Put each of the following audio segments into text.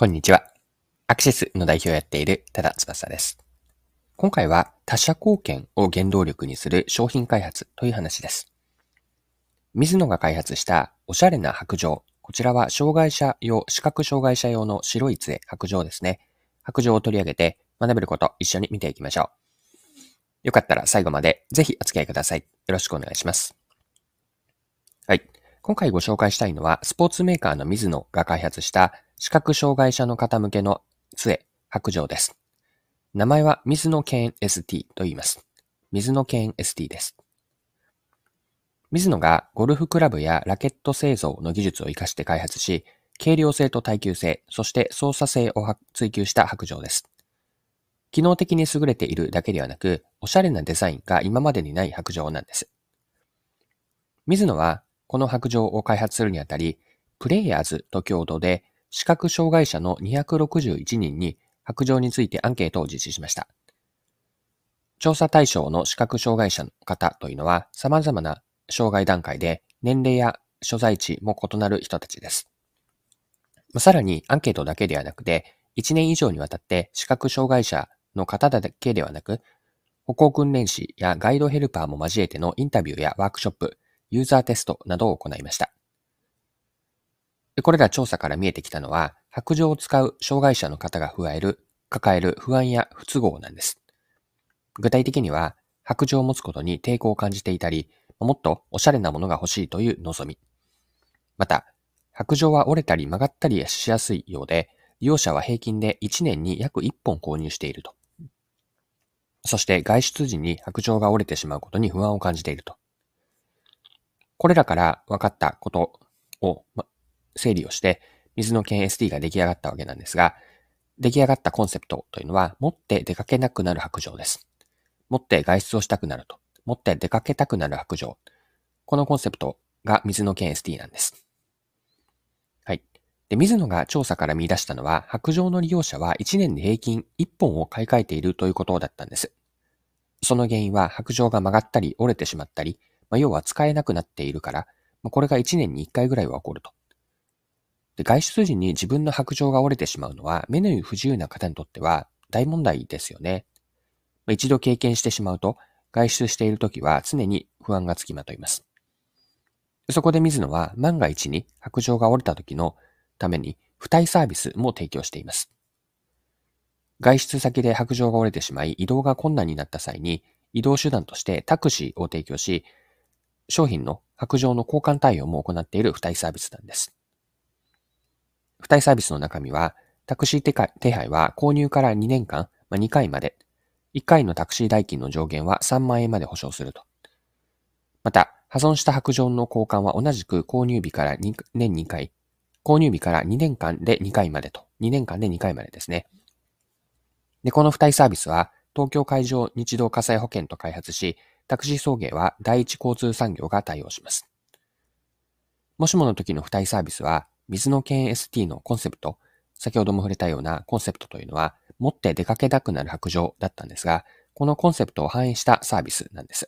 こんにちは。アクシスの代表をやっている多田翼です。今回は他者貢献を原動力にする商品開発という話です。水野が開発したおしゃれな白杖。こちらは障害者用、視覚障害者用の白い杖、白杖ですね。白杖を取り上げて学べること一緒に見ていきましょう。よかったら最後までぜひお付き合いください。よろしくお願いします。はい。今回ご紹介したいのは、スポーツメーカーの水野が開発した視覚障害者の方向けの杖、白杖です。名前は水野ケーン ST と言います。水野ケーン ST です。水野がゴルフクラブやラケット製造の技術を活かして開発し、軽量性と耐久性、そして操作性を追求した白杖です。機能的に優れているだけではなく、おしゃれなデザインが今までにない白杖なんです。水野はこの白杖を開発するにあたり、プレイヤーズと共同で視覚障害者の261人に白杖についてアンケートを実施しました。調査対象の視覚障害者の方というのは様々な障害段階で年齢や所在地も異なる人たちです。さらにアンケートだけではなくて、1年以上にわたって視覚障害者の方だけではなく、歩行訓練士やガイドヘルパーも交えてのインタビューやワークショップ、ユーザーテストなどを行いました。これら調査から見えてきたのは、白杖を使う障害者の方が抱える不安や不都合なんです。具体的には、白杖を持つことに抵抗を感じていたり、もっとおしゃれなものが欲しいという望み。また、白杖は折れたり曲がったりしやすいようで、利用者は平均で1年に約1本購入していると。そして外出時に白杖が折れてしまうことに不安を感じていると。これらから分かったことを整理をして、水野犬 ST が出来上がったわけなんですが、出来上がったコンセプトというのは、持って出かけなくなる白杖です。持って外出をしたくなると。持って出かけたくなる白杖。このコンセプトが水野犬 ST なんです。はい。で、水野が調査から見出したのは、白杖の利用者は1年で平均1本を買い替えているということだったんです。その原因は白杖が曲がったり折れてしまったり、要は使えなくなっているから、これが1年に1回ぐらいは起こると。で、外出時に自分の白杖が折れてしまうのは、目の不自由な方にとっては大問題ですよね。一度経験してしまうと、外出しているときは常に不安がつきまといます。そこで水野は万が一に白杖が折れた時のために付帯サービスも提供しています。外出先で白杖が折れてしまい移動が困難になった際に移動手段としてタクシーを提供し、商品の白杖の交換対応も行っている付帯サービスなんです。付帯サービスの中身は、タクシー手配は購入から2年間、2回まで、1回のタクシー代金の上限は3万円まで保証すると。また、破損した白杖の交換は同じく購入日から年2回、購入日から2年間で2回までと、2年間で2回までですね。で、この付帯サービスは、東京海上日動火災保険と開発し、タクシー送迎は第一交通産業が対応します。もしもの時の付帯サービスは、水野犬 ST のコンセプト、先ほども触れたようなコンセプトというのは、持って出かけたくなる白杖だったんですが、このコンセプトを反映したサービスなんです。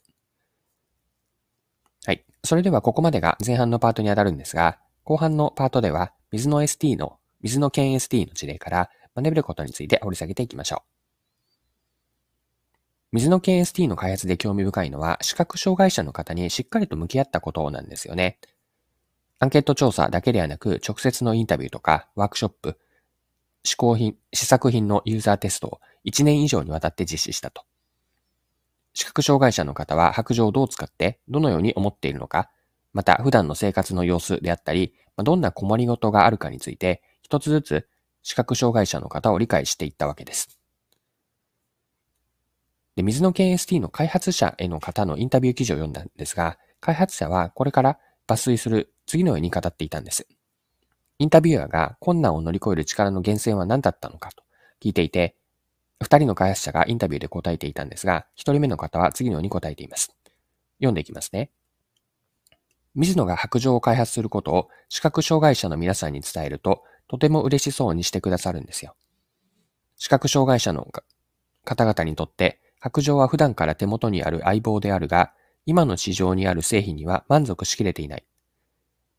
はい。それではここまでが前半のパートに当たるんですが、後半のパートでは、水野犬 ST の事例から学べることについて掘り下げていきましょう。水野犬 ST の開発で興味深いのは、視覚障害者の方にしっかりと向き合ったことなんですよね。アンケート調査だけではなく、直接のインタビューとか、ワークショップ、試作品のユーザーテストを1年以上にわたって実施したと。視覚障害者の方は白杖をどう使って、どのように思っているのか、また普段の生活の様子であったり、どんな困りごとがあるかについて、一つずつ視覚障害者の方を理解していったわけです。で、水野犬 ST の開発者への方のインタビュー記事を読んだんですが、開発者はこれから抜粋する次のように語っていたんです。インタビュアーが困難を乗り越える力の源泉は何だったのかと聞いていて、二人の開発者がインタビューで答えていたんですが、一人目の方は次のように答えています。読んでいきますね。水野が白杖を開発することを視覚障害者の皆さんに伝えると、とても嬉しそうにしてくださるんですよ。視覚障害者の方々にとって、白杖は普段から手元にある相棒であるが、今の市場にある製品には満足しきれていない。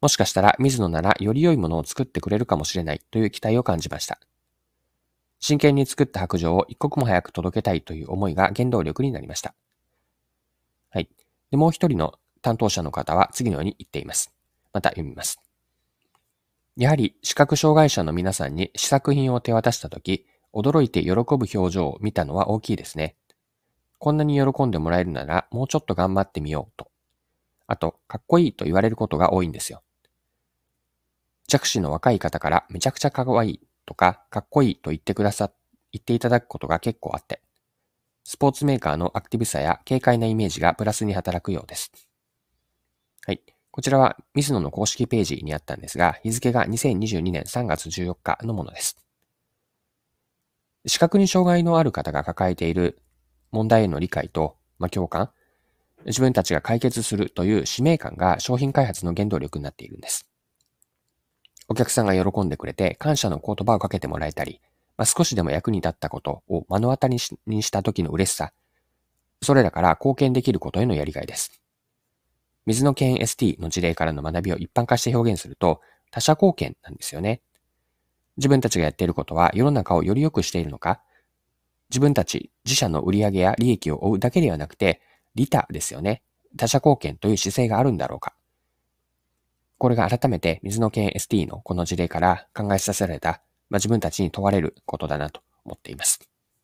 もしかしたら水野ならより良いものを作ってくれるかもしれないという期待を感じました。真剣に作った白状を一刻も早く届けたいという思いが原動力になりました。はい。で、もう一人の担当者の方は次のように言っています。また読みます。やはり視覚障害者の皆さんに試作品を手渡したとき、驚いて喜ぶ表情を見たのは大きいですね。こんなに喜んでもらえるならもうちょっと頑張ってみようと。あと、かっこいいと言われることが多いんですよ。弱視の若い方からめちゃくちゃかわいいとかかっこいいと言っていただくことが結構あって、スポーツメーカーのアクティブさや軽快なイメージがプラスに働くようです。はい。こちらはミズノの公式ページにあったんですが、日付が2022年3月14日のものです。視覚に障害のある方が抱えている問題への理解と、共感、自分たちが解決するという使命感が商品開発の原動力になっているんです。お客さんが喜んでくれて感謝の言葉をかけてもらえたり、少しでも役に立ったことを目の当たりにした時の嬉しさ、それらから貢献できることへのやりがいです。水の剣 ST の事例からの学びを一般化して表現すると、他者貢献なんですよね。自分たちがやっていることは世の中をより良くしているのか、自分たち自社の売上や利益を追うだけではなくて、利他ですよね。他者貢献という姿勢があるんだろうか。これが改めて水の剣 ST のこの事例から考えさせられた、自分たちに問われることだなと思っています。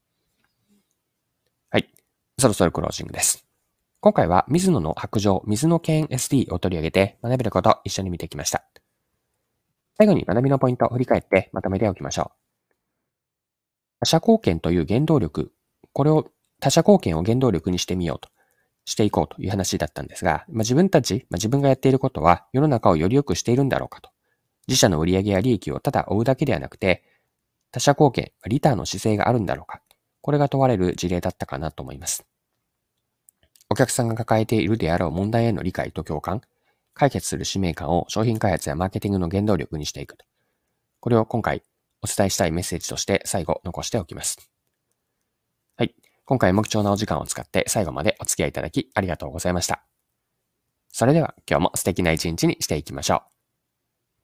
はい。そろそろクロージングです。今回は水野の白状、水の剣 SD を取り上げて学べることを一緒に見てきました。最後に学びのポイントを振り返ってまとめておきましょう。他者貢献という原動力、これを他者貢献を原動力にしてみようと、していこうという話だったんですが、自分がやっていることは世の中をより良くしているんだろうかと。自社の売上や利益をただ追うだけではなくて、他者貢献、リターンの姿勢があるんだろうか。これが問われる事例だったかなと思います。お客さんが抱えているであろう問題への理解と共感、解決する使命感を商品開発やマーケティングの原動力にしていくと。これを今回お伝えしたいメッセージとして最後残しておきます。はい。今回も貴重なお時間を使って最後までお付き合いいただきありがとうございました。それでは今日も素敵な一日にしていきましょう。